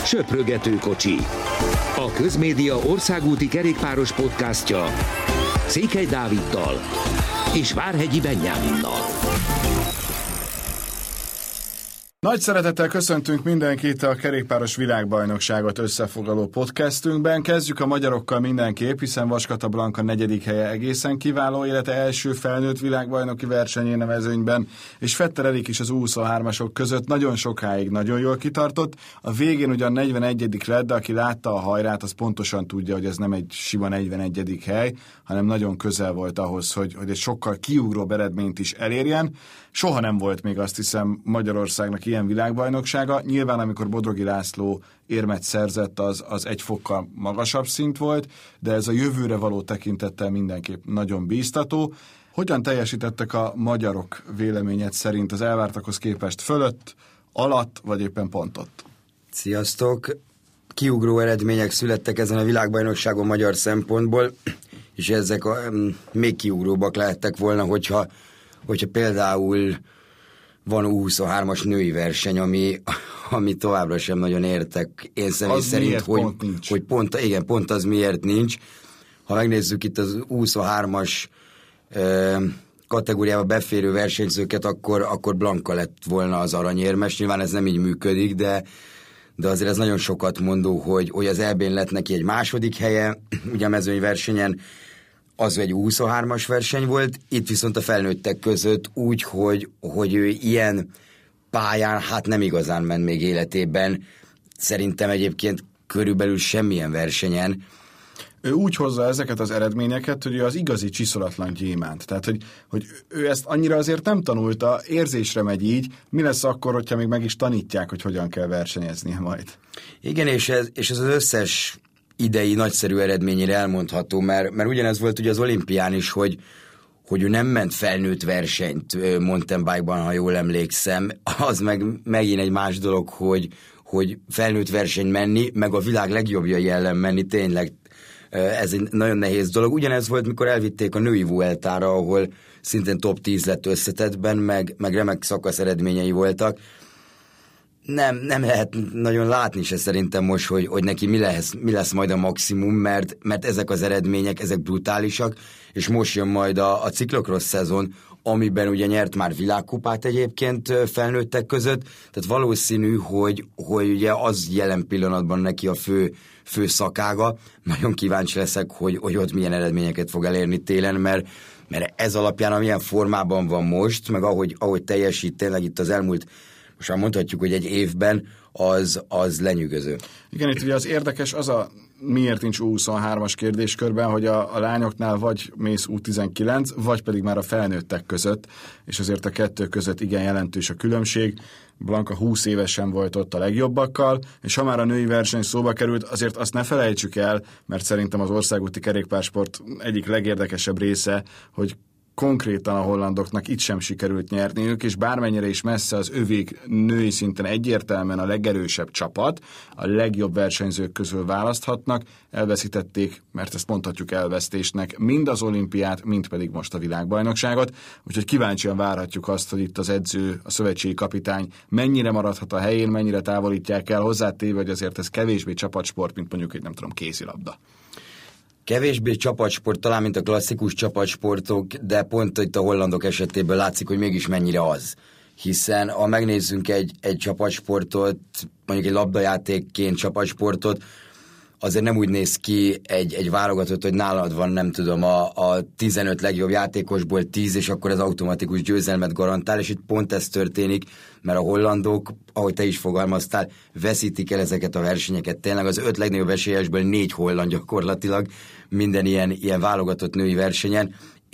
Söprögetőkocsi. A Közmédia országúti kerékpáros podcastja Székely Dáviddal és Várhegyi Benyáminnal. Nagy szeretettel köszöntünk mindenkit a Kerékpáros Világbajnokságot összefoglaló podcastünkben. Kezdjük a magyarokkal mindenképp, hiszen Vaskata Blanka 4. helye egészen kiváló, élete első felnőtt világbajnoki versenyén a mezőnyben, és Fetter Erik is az U23-asok között nagyon sokáig nagyon jól kitartott. A végén ugyan 41. lett, de aki látta a hajrát, az pontosan tudja, hogy ez nem egy sima 41. hely, hanem nagyon közel volt ahhoz, hogy egy sokkal kiugróbb eredményt is elérjen. Soha nem volt még, azt hiszem, Magyarországnak ilyen világbajnoksága. Nyilván, amikor Bodrogi László érmet szerzett, az egy fokkal magasabb szint volt, de ez a jövőre való tekintettel mindenképp nagyon bíztató. Hogyan teljesítettek a magyarok véleményed szerint az elvártakhoz képest fölött, alatt, vagy éppen pont ott? Sziasztok! Kiugró eredmények születtek ezen a világbajnokságon magyar szempontból, és ezek még kiugróbbak lehettek volna, hogyha például van U23-as női verseny, ami továbbra sem nagyon értek én személy szerint, hogy pont az miért nincs. Ha megnézzük itt az U23-as kategóriába beférő versenyzőket, akkor Blanka lett volna az aranyérmes. Nyilván ez nem így működik, de azért ez nagyon sokat mondó, hogy az EB-n lett neki egy második helye, ugye a mezőnyversenyen az egy U23-as verseny volt, itt viszont a felnőttek között úgy, hogy ő ilyen pályán hát nem igazán ment még életében, szerintem egyébként körülbelül semmilyen versenyen. Ő úgy hozza ezeket az eredményeket, hogy ő az igazi csiszolatlan gyémánt. Tehát, hogy ő ezt annyira azért nem tanulta, érzésre megy így, mi lesz akkor, hogyha még meg is tanítják, hogy hogyan kell versenyeznie majd. Igen, és ez az összes idei nagyszerű eredményére elmondható, mert ugyanez volt ugye az olimpián is, hogy ő nem ment felnőtt versenyt mountain bike-ban, ha jól emlékszem. Az megint egy más dolog, hogy felnőtt verseny menni, meg a világ legjobbjai ellen menni, tényleg ez egy nagyon nehéz dolog. Ugyanez volt, mikor elvitték a női Vueltára, ahol szintén top 10 lett összetettben, meg remek szakasz eredményei voltak. Nem lehet nagyon látni se szerintem most, hogy neki mi lesz majd a maximum, mert ezek az eredmények, ezek brutálisak, és most jön majd a ciklokross szezon, amiben ugye nyert már világkupát egyébként felnőttek között, tehát valószínű, hogy ugye az jelen pillanatban neki a fő szakága. Nagyon kíváncsi leszek, hogy ott milyen eredményeket fog elérni télen, mert ez alapján, amilyen formában van most, meg ahogy teljesít tényleg itt az elmúlt, most már mondhatjuk, hogy egy évben az lenyűgöző. Igen, itt ugye az érdekes miért nincs U23-as kérdéskörben, hogy a lányoknál vagy mész U19, vagy pedig már a felnőttek között, és azért a kettő között igen jelentős a különbség. Blanka 20 évesen volt ott a legjobbakkal, és ha már a női verseny szóba került, azért azt ne felejtsük el, mert szerintem az országúti kerékpársport egyik legérdekesebb része, hogy konkrétan a hollandoknak itt sem sikerült nyerniük, és bármennyire is messze az övék női szinten egyértelműen a legerősebb csapat, a legjobb versenyzők közül választhatnak, elveszítették, mert ezt mondhatjuk elvesztésnek, mind az olimpiát, mind pedig most a világbajnokságot, úgyhogy kíváncsian várhatjuk azt, hogy itt az edző, a szövetségi kapitány mennyire maradhat a helyén, mennyire távolítják el, hozzátéve, hogy azért ez kevésbé csapatsport, mint mondjuk egy kézilabda. Kevésbé csapatsport, talán mint a klasszikus csapatsportok, de pont itt a hollandok esetében látszik, hogy mégis mennyire az. Hiszen ha megnézzünk egy csapatsportot, mondjuk egy labdajátékként csapatsportot, azért nem úgy néz ki egy válogatott, hogy nálad van, nem tudom, a 15 legjobb játékosból 10, és akkor ez automatikus győzelmet garantál, és itt pont ez történik, mert a hollandok, ahogy te is fogalmaztál, veszítik el ezeket a versenyeket. Tényleg az 5 legnagyobb esélyesből 4 holland gyakorlatilag minden ilyen válogatott női versenyen,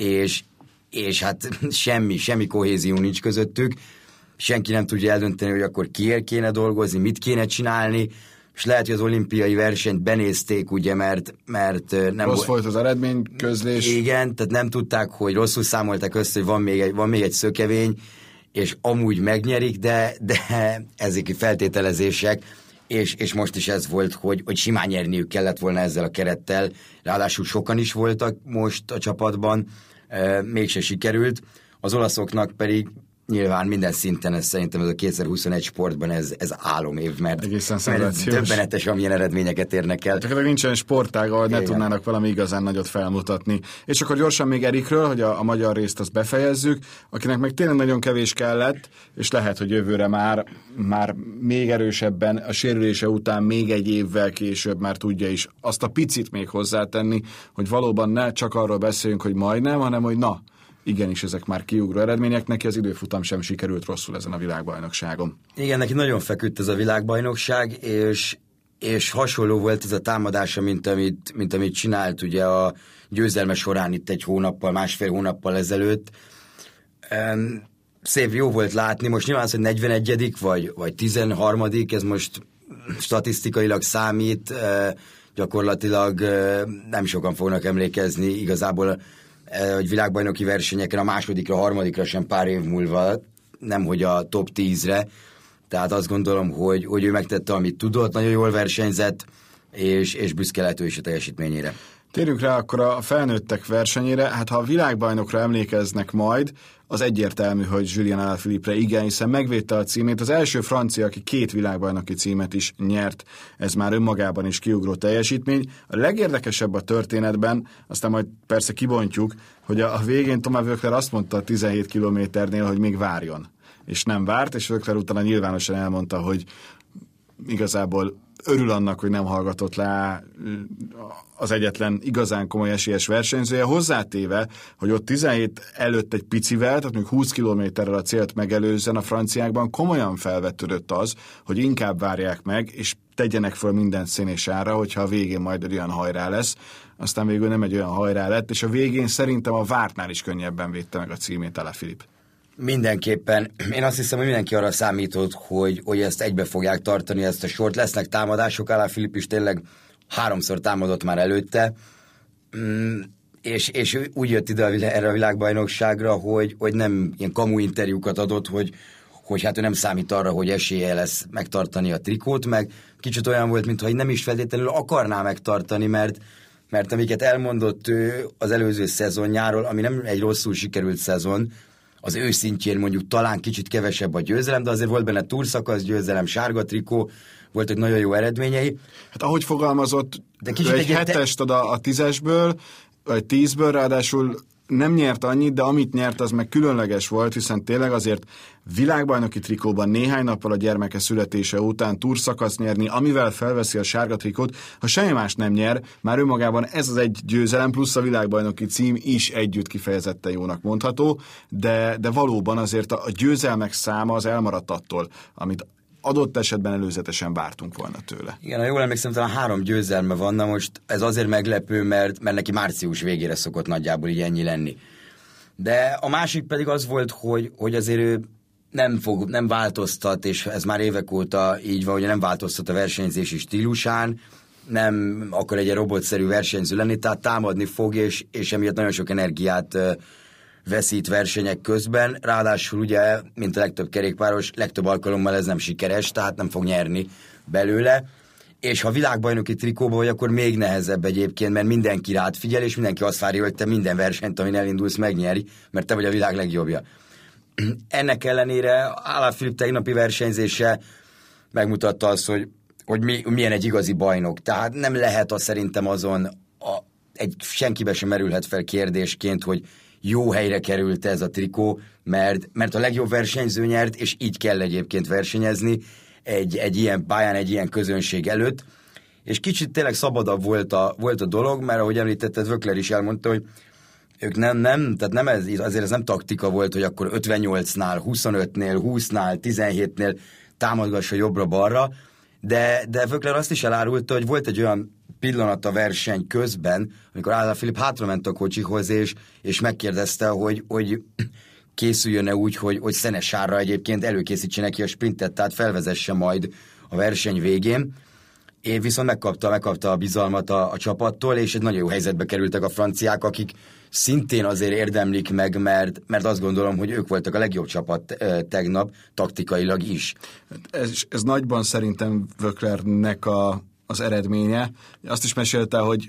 és hát semmi kohézió nincs közöttük, senki nem tudja eldönteni, hogy akkor kiért kéne dolgozni, mit kéne csinálni, és lehet, hogy az olimpiai versenyt benézték, ugye, mert nem rossz volt az eredményközlés. Igen, tehát nem tudták, hogy rosszul számolták össze, hogy van még egy szökevény, és amúgy megnyerik, de ezek feltételezések, és most is ez volt, hogy simán nyerniük kellett volna ezzel a kerettel, ráadásul sokan is voltak most a csapatban, mégse sikerült. Az olaszoknak pedig nyilván minden szinten szerintem ez a 2021 sportban ez álomév, mert döbbenetes, amilyen eredményeket érnek el. Csak nincsen sportág, ahol ne tudnának valami igazán nagyot felmutatni. És akkor gyorsan még Erikről, hogy a magyar részt azt befejezzük, akinek meg tényleg nagyon kevés kellett, és lehet, hogy jövőre már még erősebben, a sérülése után még egy évvel később már tudja is azt a picit még hozzátenni, hogy valóban ne csak arról beszéljünk, hogy majdnem, hanem hogy na, igenis, ezek már kiugró eredmények, neki az időfutam sem sikerült rosszul ezen a világbajnokságon. Igen, neki nagyon feküdt ez a világbajnokság, és hasonló volt ez a támadása, mint amit csinált ugye a győzelme során itt egy hónappal, másfél hónappal ezelőtt. Szép, jó volt látni, most nyilván az, hogy 41. vagy 13. ez most statisztikailag számít, gyakorlatilag nem sokan fognak emlékezni igazából, hogy világbajnoki versenyeken a másodikra, harmadikra sem pár év múlva, nemhogy a top 10-re. Tehát azt gondolom, hogy ő megtette, amit tudott, nagyon jól versenyzett, és büszke lett ő is a teljesítményére. Térjünk rá akkor a felnőttek versenyére. Hát ha a világbajnokra emlékeznek majd, az egyértelmű, hogy Julien Alaphilippe-re igen, hiszen megvédte a címét. Az első francia, aki 2 világbajnoki címet is nyert, ez már önmagában is kiugró teljesítmény. A legérdekesebb a történetben, aztán majd persze kibontjuk, hogy a végén Thomas Voeckler azt mondta a 17 kilométernél, hogy még várjon. És nem várt, és Voeckler utána nyilvánosan elmondta, hogy igazából örül annak, hogy nem hallgatott le az egyetlen igazán komoly esélyes versenyzője, hozzátéve, hogy ott 17 előtt egy picivel, tehát még 20 kilométerrel a célt megelőzzen, a franciákban komolyan felvetődött az, hogy inkább várják meg, és tegyenek föl minden színésára, hogyha a végén majd egy olyan hajrá lesz. Aztán végül nem egy olyan hajrá lett, és a végén szerintem a vártnál is könnyebben védte meg a címét Alaphilippe. Mindenképpen. Én azt hiszem, hogy mindenki arra számított, hogy ezt egybe fogják tartani, ezt a sort. Lesznek támadások, Alaphilippe is tényleg 3-szor támadott már előtte, és úgy jött ide erre a világbajnokságra, hogy nem ilyen kamu interjúkat adott, hogy hát ő nem számít arra, hogy esélye lesz megtartani a trikót, meg kicsit olyan volt, mintha nem is feltétlenül akarná megtartani, mert amiket elmondott ő az előző szezonjáról, ami nem egy rosszul sikerült szezon, az ő szintjén mondjuk talán kicsit kevesebb a győzelem, de azért volt benne túrszakasz győzelem, sárga trikó, voltak nagyon jó eredményei. Hát ahogy fogalmazott, de egy 7-est ad a 10-esből, vagy 10-ből, ráadásul nem nyert annyit, de amit nyert, az meg különleges volt, hiszen tényleg azért világbajnoki trikóban néhány nappal a gyermeke születése után túrszakasz nyerni, amivel felveszi a sárga trikót, ha semmi más nem nyer, már önmagában ez az egy győzelem, plusz a világbajnoki cím is együtt kifejezetten jónak mondható, de valóban azért a győzelmek száma az elmaradt attól, amit adott esetben előzetesen vártunk volna tőle. Igen, ha jól emlékszem, talán 3 győzelme van, na most ez azért meglepő, mert neki március végére szokott nagyjából így ennyi lenni. De a másik pedig az volt, hogy azért ő nem változtat, és ez már évek óta így van, hogy nem változtat a versenyzési stílusán, nem akar egy robotszerű versenyző lenni, tehát támadni fog, és emiatt nagyon sok energiát veszít versenyek közben, ráadásul ugye, mint a legtöbb kerékpáros, legtöbb alkalommal ez nem sikeres, tehát nem fog nyerni belőle, és ha világbajnoki trikóba vagy, akkor még nehezebb egyébként, mert mindenki rád figyel, és mindenki azt várja, hogy te minden versenyt, amin elindulsz, megnyeri, mert te vagy a világ legjobbja. Ennek ellenére Alaphilippe tegnapi versenyzése megmutatta azt, hogy milyen egy igazi bajnok, tehát nem lehet azt szerintem azon, senkibe sem merülhet fel kérdésként, hogy jó helyre került ez a trikó, mert a legjobb versenyző nyert, és így kell egyébként versenyezni egy ilyen pályán, egy ilyen közönség előtt. És kicsit tényleg szabadabb volt a dolog, mert ahogy említetted, Voeckler is elmondta, hogy ők tehát nem azért ez nem taktika volt, hogy akkor 58-nál, 25-nél, 20-nál, 17-nél támadgassa jobbra-balra, de Voeckler azt is elárulta, hogy volt egy olyan pillanat a verseny közben, amikor Alaphilippe hátrament a kocsihoz, és megkérdezte, hogy készüljön-e úgy, hogy Szenesárra egyébként előkészítse neki a sprintet, tehát felvezesse majd a verseny végén. Én viszont megkapta a bizalmat a csapattól, és egy nagyon jó helyzetbe kerültek a franciák, akik szintén azért érdemlik meg, mert azt gondolom, hogy ők voltak a legjobb csapat tegnap, taktikailag is. Ez nagyban szerintem Voecklernek az eredménye. Azt is mesélte, hogy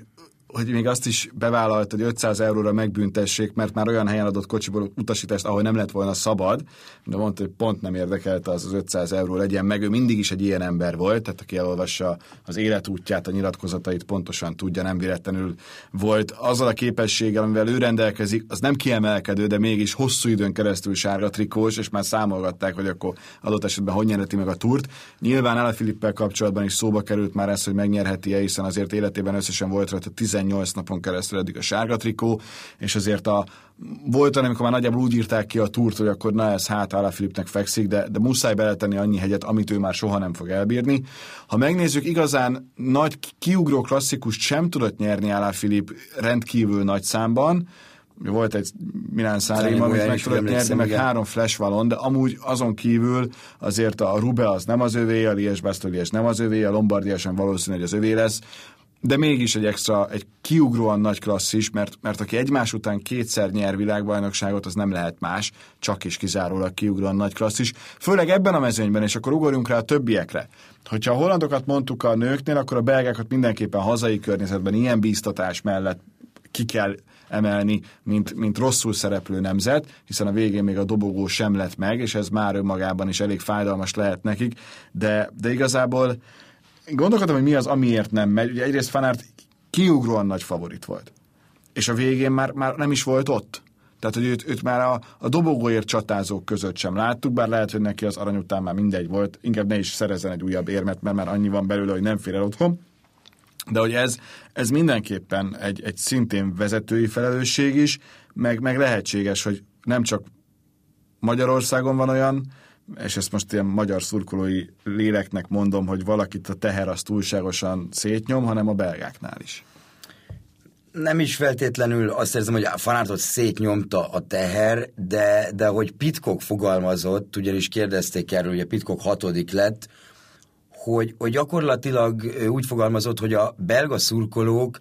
hogy még azt is bevállalt, hogy 500 euróra megbüntessék, mert már olyan helyen adott kocsiból utasítást, ahol nem lett volna szabad, de mondta, hogy pont nem érdekelte az 500 euró legyen meg, ő mindig is egy ilyen ember volt, tehát aki elolvassa az életútját, a nyilatkozatait, pontosan tudja, nem véletlenül volt azzal a képességgel, amivel ő rendelkezik, az nem kiemelkedő, de mégis hosszú időn keresztül sárga trikós, és már számolgatták, hogy akkor adott esetben hogy nyerheti meg a Tourt. Nyilván Alaphilippel kapcsolatban is szóba került már ez, hogy megnyerheti-e, hiszen azért életében összesen volt rajta 18 napon keresztül eddig a sárga trikó, és azért volt olyan, amikor már nagyjából úgy írták ki a Tourt, hogy akkor na ez hát Alaphilippnek fekszik, de muszáj beletenni annyi hegyet, amit ő már soha nem fog elbírni. Ha megnézzük, igazán nagy kiugró klasszikust sem tudott nyerni Alaphilipp rendkívül nagy számban. Volt egy Milán-San Remo, amit meg tudott nyerni, meg 3 Flash Wallon, de amúgy azon kívül azért a Roubaix az nem az övé, a Liège-Bastogne nem az övé, a Lombardia sem valószínű, hogy az övé lesz, de mégis egy kiugróan nagy klasszis, mert aki egymás után 2-szer nyer világbajnokságot, az nem lehet más, csak is kizárólag kiugróan nagy klasszis. Főleg ebben a mezőnyben, és akkor ugorjunk rá a többiekre. Hogyha a hollandokat mondtuk a nőknél, akkor a belgákat mindenképpen hazai környezetben ilyen bíztatás mellett ki kell emelni, mint rosszul szereplő nemzet, hiszen a végén még a dobogó sem lett meg, és ez már önmagában is elég fájdalmas lehet nekik, de igazából gondolkodom, hogy mi az, amiért nem megy. Ugye egyrészt Van Aert kiugróan nagy favorit volt, és a végén már nem is volt ott. Tehát, hogy őt már a dobogóért csatázók között sem láttuk, bár lehet, hogy neki az arany után már mindegy volt, inkább ne is szerezzen egy újabb érmet, mert már annyi van belőle, hogy nem fér el otthon. De hogy ez mindenképpen egy szintén vezetői felelősség is, meg lehetséges, hogy nem csak Magyarországon van olyan, és ezt most ilyen magyar szurkolói léleknek mondom, hogy valakit a teher az túlságosan szétnyom, hanem a belgáknál is. Nem is feltétlenül azt érzem, hogy Van Aertot szétnyomta a teher, de hogy Pidcock fogalmazott, ugyanis kérdezték erről, hogy a Pidcock 6. lett, hogy gyakorlatilag úgy fogalmazott, hogy a belga szurkolók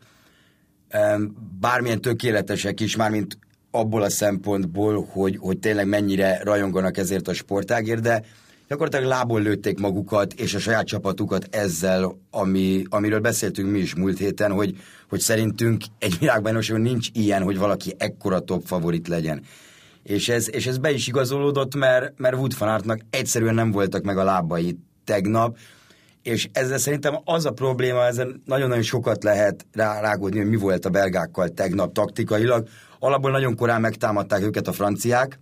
bármilyen tökéletesek is, mármint abból a szempontból, hogy tényleg mennyire rajonganak ezért a sportágért, de gyakorlatilag lából lőtték magukat és a saját csapatukat ezzel, amiről beszéltünk mi is múlt héten, hogy szerintünk egy világbajnokságon nincs ilyen, hogy valaki ekkora top favorit legyen. És ez be is igazolódott, mert Wout van Aertnak egyszerűen nem voltak meg a lábai tegnap, és ezzel szerintem az a probléma, ezen nagyon-nagyon sokat lehet rágódni, hogy mi volt a belgákkal tegnap taktikailag. Alapból nagyon korán megtámadták őket a franciák,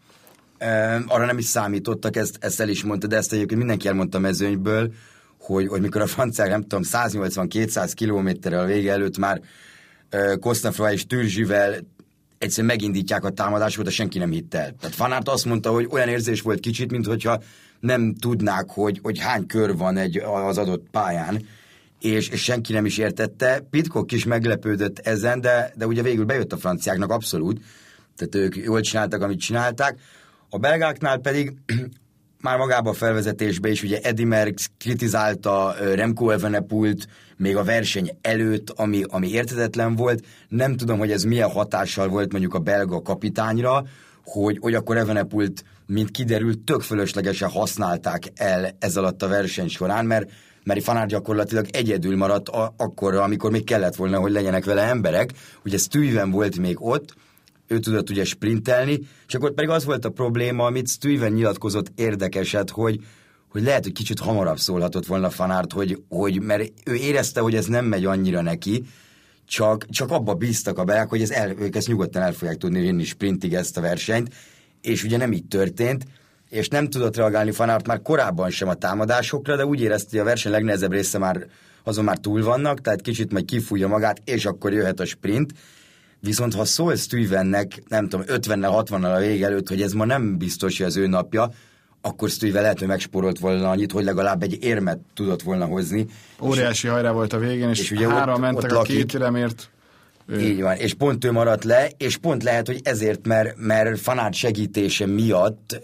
arra nem is számítottak, ezt el is mondta, de ezt egyébként mindenki elmondta a mezőnyből, hogy mikor a franciák, nem tudom, 180-200 kilométerrel a vége előtt már Cosnefroy és Turgis-vel egyszerűen megindítják a támadásokat, de senki nem hitt el. Tehát Van Aert azt mondta, hogy olyan érzés volt kicsit, minthogyha nem tudnák, hogy hány kör van az adott pályán, és senki nem is értette. Pidcock is meglepődött ezen, de ugye végül bejött a franciáknak abszolút, tehát ők jól csináltak, amit csinálták. A belgáknál pedig már magába a felvezetésbe is, ugye Eddy Merckx kritizálta Remco Evenepoelt még a verseny előtt, ami érthetetlen volt. Nem tudom, hogy ez milyen hatással volt mondjuk a belga kapitányra, hogy akkor Evenepoelt, mint kiderült, tök fölöslegesen használták el ez alatt a verseny során, mert Van Aert gyakorlatilag egyedül maradt akkor, amikor még kellett volna, hogy legyenek vele emberek. Ugye Stuyven volt még ott, ő tudott ugye sprintelni, és akkor pedig az volt a probléma, amit Stuyven nyilatkozott érdekeset, hogy lehet, hogy kicsit hamarabb szólhatott volna Van Aert, hogy mert ő érezte, hogy ez nem megy annyira neki, csak abba bíztak a belgák, hogy ők ezt nyugodtan el fogják tudni vinni sprintig ezt a versenyt, és ugye nem így történt, és nem tudott reagálni Van Aert már korábban sem a támadásokra, de úgy érezte, hogy a verseny legnehezebb része azon már túl vannak, tehát kicsit majd kifújja magát, és akkor jöhet a sprint. Viszont ha szól Stuyvennek, nem tudom, 50-nel, 60-nal a vége előtt, hogy ez ma nem biztos, hogy az ő napja, akkor Stuyven lehet, hogy megsporolt volna annyit, hogy legalább egy érmet tudott volna hozni. Óriási hajrá volt a végén, és ugye három mentek a két éremért. Így van, és pont ő maradt le, és pont lehet, hogy ezért, mert Van Aert segítése miatt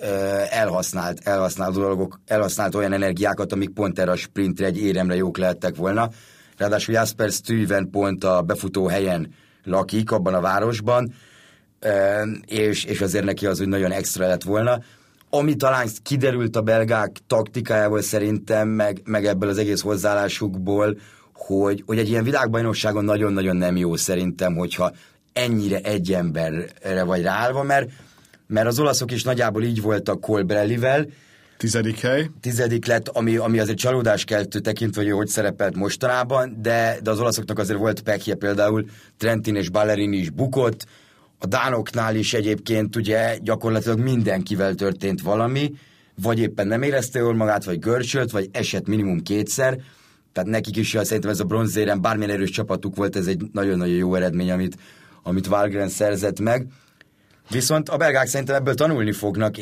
elhasznált olyan energiákat, amik pont erre a sprintre, egy éremre jók lehettek volna. Ráadásul Jasper Stuyven pont a befutó helyen lakik, abban a városban, és azért neki az, hogy nagyon extra lett volna. Ami talán kiderült a belgák taktikájából szerintem, meg ebből az egész hozzáállásukból, hogy egy ilyen világbajnokságon nagyon-nagyon nem jó szerintem, hogyha ennyire egy emberre vagy ráállva, mert az olaszok is nagyjából így voltak Colbrellivel. 10. hely. 10. lett, ami azért csalódáskeltő tekintve, hogy szerepelt mostanában, de az olaszoknak azért volt pekje, például Trentin és Ballerini is bukott, a dánoknál is egyébként ugye gyakorlatilag mindenkivel történt valami, vagy éppen nem érezte jól magát, vagy görcsölt, vagy esett minimum 2-szer, tehát nekik is szerintem ez a bronzérem, bármilyen erős csapatuk volt, ez egy nagyon-nagyon jó eredmény, amit Wahlgren szerzett meg. Viszont a belgák szerintem ebből tanulni fognak,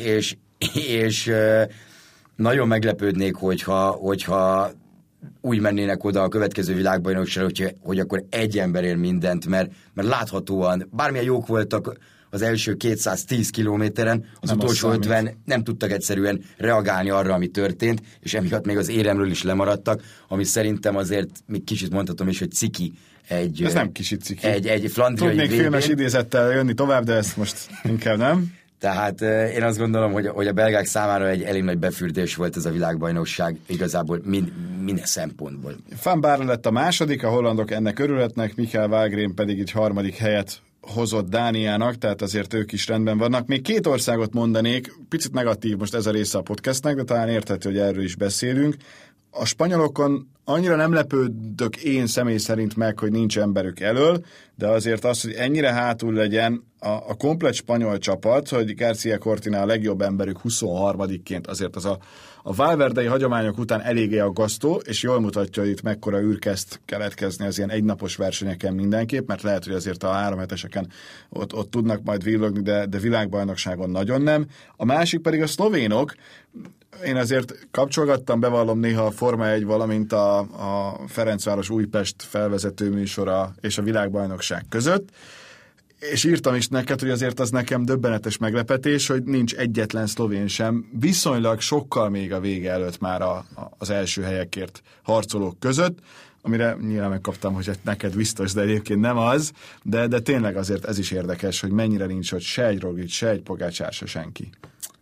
és nagyon meglepődnék, hogyha úgy mennének oda a következő világbajnokságra, hogy akkor egy ember ér mindent, mert láthatóan bármilyen jók voltak az első 210 kilométeren, az nem utolsó 50 nem tudtak egyszerűen reagálni arra, ami történt, és emiatt még az éremről is lemaradtak, ami szerintem azért még kicsit mondhatom is, hogy ciki. Ez nem kicsit ciki. Egy flandriai tudnék filmes idézettel jönni tovább, de ezt most inkább nem. Tehát én azt gondolom, hogy a belgák számára egy elég nagy befürdés volt ez a világbajnokság, igazából minden szempontból. Van Baarle lett a második, a hollandok ennek örülhetnek, Michael Wahlgren pedig egy 3. helyet hozott Dániának, tehát azért ők is rendben vannak. Még 2 országot mondanék, picit negatív most ez a része a podcastnek, de talán érthető, hogy erről is beszélünk. A spanyolokon annyira nem lepődök én személy szerint meg, hogy nincs emberük elől, de azért az, hogy ennyire hátul legyen a komplett spanyol csapat, hogy García Cortina a legjobb emberük 23-ként, azért az a valverdei hagyományok után eléggé aggasztó, és jól mutatja, hogy itt mekkora űr kezd keletkezni az ilyen egynapos versenyeken mindenképp, mert lehet, hogy azért a 3 heteseken ott tudnak majd villogni, de világbajnokságon nagyon nem. A másik pedig a szlovénok. Én azért kapcsolgattam, bevallom néha a Forma 1, valamint a Ferencváros Újpest felvezető műsora és a világbajnokság között, és írtam is neked, hogy azért az nekem döbbenetes meglepetés, hogy nincs egyetlen szlovén sem, viszonylag sokkal még a vége előtt már az első helyekért harcolók között, amire nyilván megkaptam, hogy neked biztos, de egyébként nem az, de tényleg azért ez is érdekes, hogy mennyire nincs ott se egy Roglic, se egy Pogačar, se senki.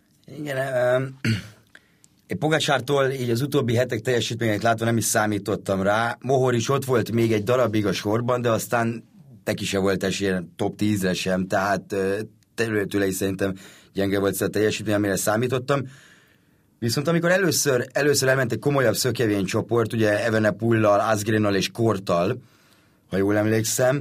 Igen, Pogačartól így az utóbbi hetek teljesítményét látva nem is számítottam rá. Mohor is ott volt még egy darabig a sorban, de aztán neki se volt esélye top 10-re sem, tehát tőle is szerintem gyenge volt a teljesítmény, amire számítottam. Viszont amikor először elment egy komolyabb szökevény csoport, ugye Evenepoellal, Asgrennal és Korttal, ha jól emlékszem,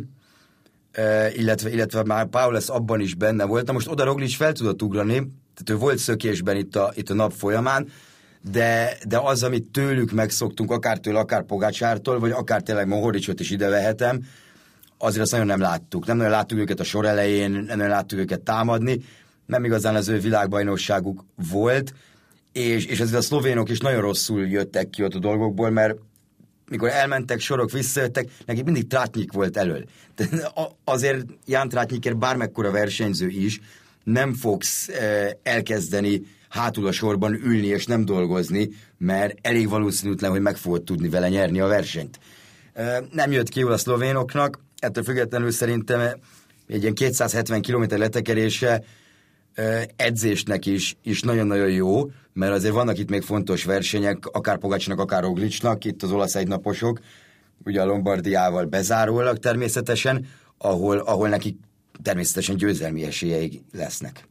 illetve már Paules abban is benne volt. Na most oda Roglic fel tudott ugrani, tehát ő volt szökésben itt a nap folyamán, de az, amit tőlük megszoktunk, akár tőle, akár Pogačartól, vagy akár tényleg Mohoricot is ide vehetem, azért azt nagyon nem láttuk. Nem nagyon láttuk őket a sor elején, nem nagyon láttuk őket támadni, nem igazán az ő világbajnokságuk volt, és ezért a szlovénok is nagyon rosszul jöttek ki ott a dolgokból, mert mikor elmentek, sorok visszajöttek, nekik mindig Tratnik volt elől. De azért Jan Tratnikért bármekkora versenyző is, nem fogsz elkezdeni hátul a sorban ülni és nem dolgozni, mert elég valószínűtlen, hogy meg fogod tudni vele nyerni a versenyt. Nem jött ki jól a szlovénoknak, ettől függetlenül szerintem egy ilyen 270 km letekerése edzésnek is nagyon-nagyon jó, mert azért vannak itt még fontos versenyek, akár Pogačarnak, akár Roglicnak, itt az olasz egynaposok, ugye a Lombardiával bezárólag természetesen, ahol nekik természetesen győzelmi esélyeik lesznek.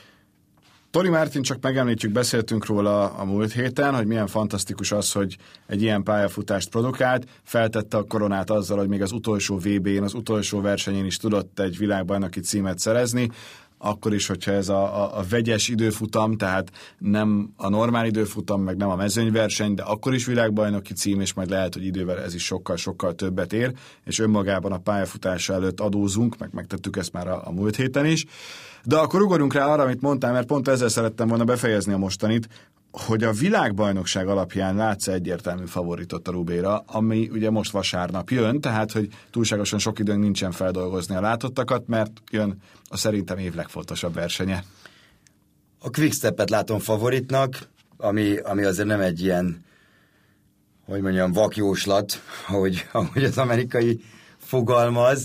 Tori Martin, csak megemlítjük, beszéltünk róla a múlt héten, hogy milyen fantasztikus az, hogy egy ilyen pályafutást produkált, feltette a koronát azzal, hogy még az utolsó VB-n, az utolsó versenyén is tudott egy világbajnoki címet szerezni, akkor is, hogyha ez a vegyes időfutam, tehát nem a normál időfutam, meg nem a mezőnyverseny, de akkor is világbajnoki cím, és majd lehet, hogy idővel ez is sokkal-sokkal többet ér, és önmagában a pályafutása előtt adózunk, megtettük ezt már a múlt héten is. De akkor ugorjunk rá arra, amit mondtál, mert pont ezzel szerettem volna befejezni a mostanit, hogy a világbajnokság alapján látsz egyértelmű favoritot a Roubaix-ra, ami ugye most vasárnap jön, tehát hogy túlságosan sok időnk nincsen feldolgozni a látottakat, mert jön a szerintem év legfontosabb versenye. A Quickstep-et látom favoritnak, ami azért nem egy ilyen, hogy mondjam, vakjóslat, ahogy az amerikai fogalmaz.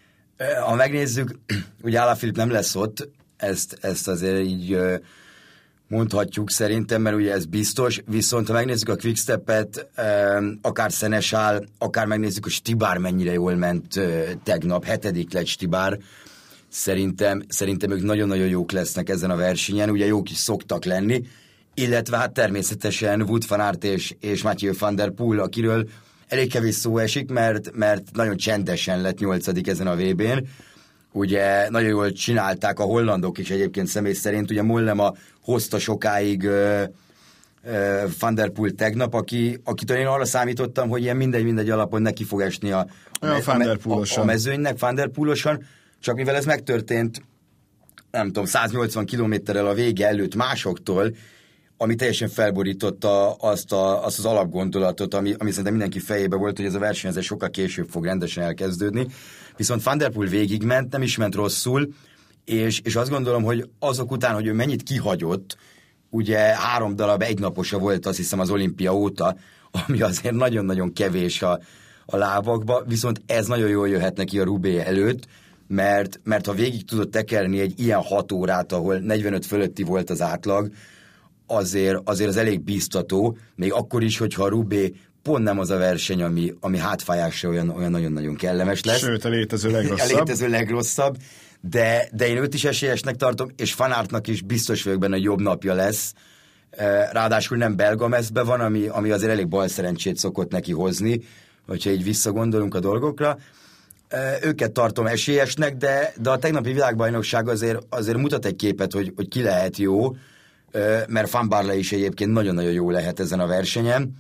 Ha megnézzük, ugye Alaphilippe nem lesz ott, ezt azért így mondhatjuk szerintem, mert ugye ez biztos, viszont ha megnézzük a Quickstep-et, akár Szenesál, akár megnézzük a Stibár mennyire jól ment tegnap, 7. lett Stibár, szerintem ők nagyon-nagyon jók lesznek ezen a versenyen, ugye jók is szoktak lenni, illetve hát természetesen Wout van Aert és Mathieu van der Poel, akiről elég kevés szó esik, mert nagyon csendesen lett 8. ezen a VB-n. Ugye nagyon jól csinálták a hollandok is egyébként személy szerint, ugye Mollema hozta sokáig Van der Poel tegnap, akitől én arra számítottam, hogy ilyen mindegy alapon neki fog esni a mezőnynek, Van der Poel-osan, csak mivel ez megtörtént, nem tudom, 180 kilométerrel a vége előtt másoktól, ami teljesen felborította azt az alapgondolatot, ami szerintem mindenki fejébe volt, hogy ez a verseny ez sokkal később fog rendesen elkezdődni. Viszont Van der Poel végigment, nem is ment rosszul, és azt gondolom, hogy azok után, hogy ő mennyit kihagyott, ugye 3 darab egynaposa volt, azt hiszem, az olimpia óta, ami azért nagyon-nagyon kevés a lábakba, viszont ez nagyon jól jöhet neki a Roubaix előtt, mert ha végig tudott tekerni egy ilyen 6 órát, ahol 45 fölötti volt az átlag, azért az elég bíztató, még akkor is, hogyha a Roubaix pont nem az a verseny, ami hátfájásra olyan nagyon-nagyon kellemes lesz. Sőt, a létező legrosszabb. De én őt is esélyesnek tartom, és Van Aertnak is biztos vagyok benne, hogy jobb napja lesz. Ráadásul nem belga mezbe van, ami azért elég balszerencsét szokott neki hozni, hogyha így visszagondolunk a dolgokra. Őket tartom esélyesnek, de a tegnapi világbajnokság azért mutat egy képet, hogy ki lehet jó, mert Van Barle is egyébként nagyon-nagyon jó lehet ezen a versenyen.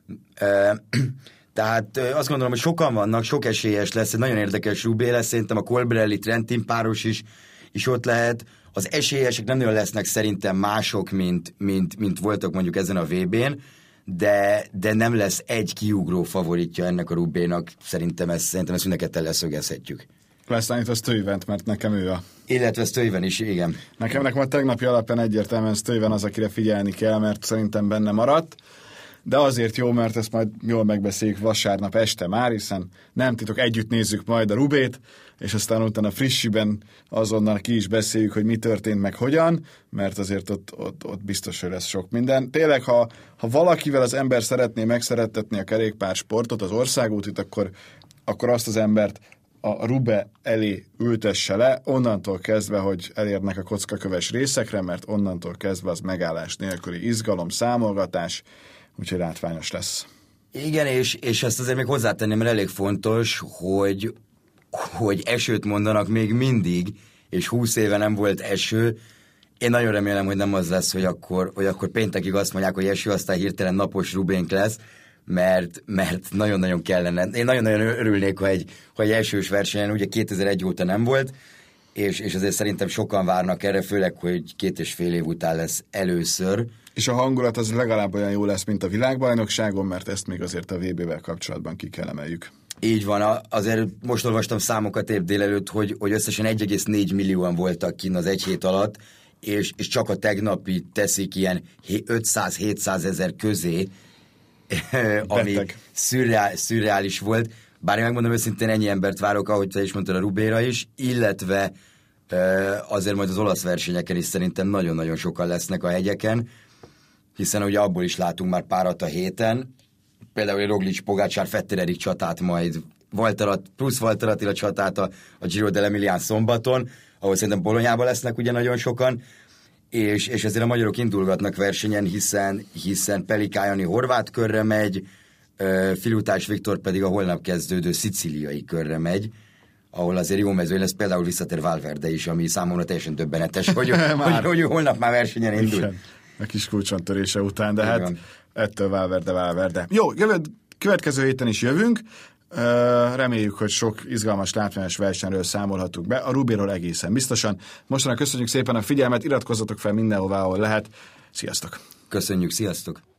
Tehát azt gondolom, hogy sokan vannak, sok esélyes lesz, egy nagyon érdekes Roubaix lesz, szerintem a Colbrelli-Trentin páros is ott lehet. Az esélyesek nem nagyon lesznek szerintem mások, mint voltak mondjuk ezen a VB-n, de nem lesz egy kiugró favoritja ennek a Roubaix-nak, szerintem ezt mindenket leszögezhetjük. Lesz a Stuyvent, mert nekem ő a... Illetve Stuyven is, igen. Nekem a tegnapi alapján egyértelműen Stuyven az, akire figyelni kell, mert szerintem benne maradt. De azért jó, mert ezt majd jól megbeszéljük vasárnap este már, hiszen nem titok, együtt nézzük majd a Roubaix-t, és aztán utána frissiben azonnal ki is beszéljük, hogy mi történt, meg hogyan, mert azért ott biztos, hogy lesz sok minden. Tényleg, ha valakivel az ember szeretné megszerettetni a kerékpársportot, az országútit, akkor azt az embert a Roubaix elé ültesse le, onnantól kezdve, hogy elérnek a kockaköves részekre, mert onnantól kezdve az megállás nélküli izgalom, számolgatás, úgyhogy látványos lesz. Igen, és ezt azért még hozzátenném, mert elég fontos, hogy esőt mondanak még mindig, és 20 éve nem volt eső. Én nagyon remélem, hogy nem az lesz, hogy akkor péntekig azt mondják, hogy eső, aztán hirtelen napos Roubaix lesz, mert nagyon-nagyon kellene. Én nagyon-nagyon örülnék, ha egy esős versenyen, ugye 2001 óta nem volt, és azért szerintem sokan várnak erre, főleg, hogy 2,5 év után lesz először. És a hangulat az legalább olyan jó lesz, mint a világbajnokságon, mert ezt még azért a VB-vel kapcsolatban ki kell emeljük. Így van, azért most olvastam számokat épp délelőtt, hogy összesen 1,4 millióan voltak kint az egy hét alatt, és csak a tegnapi teszik ilyen 500-700 ezer közé, ami szürreális volt. Bár én megmondom őszintén, ennyi embert várok, ahogy te is mondtad, a Roubaix-ra is, illetve azért majd az olasz versenyeken is szerintem nagyon-nagyon sokan lesznek a hegyeken, hiszen ugye abból is látunk már párat a héten, például Roglic, Pogačar, Fettererik csatát majd, Walter Attila csatát a Giro dell'Emilián szombaton, ahol szerintem Bolonyában lesznek ugye nagyon sokan, és ezért a magyarok indulgatnak versenyen, hiszen Pelikájani horvát körre megy, Filutás Viktor pedig a holnap kezdődő szicíliai körre megy, ahol azért jó mezőny lesz, például visszatér Valverde is, ami számomra teljesen döbbenetes, hogy holnap már versenyen indul. Igen, a kis kulcsontörése után, de igen. Hát ettől Valverde. Jó, következő héten is jövünk, reméljük, hogy sok izgalmas látványos versenyről számolhatunk be, a Roubaixról egészen biztosan. Mostanra köszönjük szépen a figyelmet, iratkozzatok fel mindenhová, ahol lehet. Sziasztok! Köszönjük, sziasztok!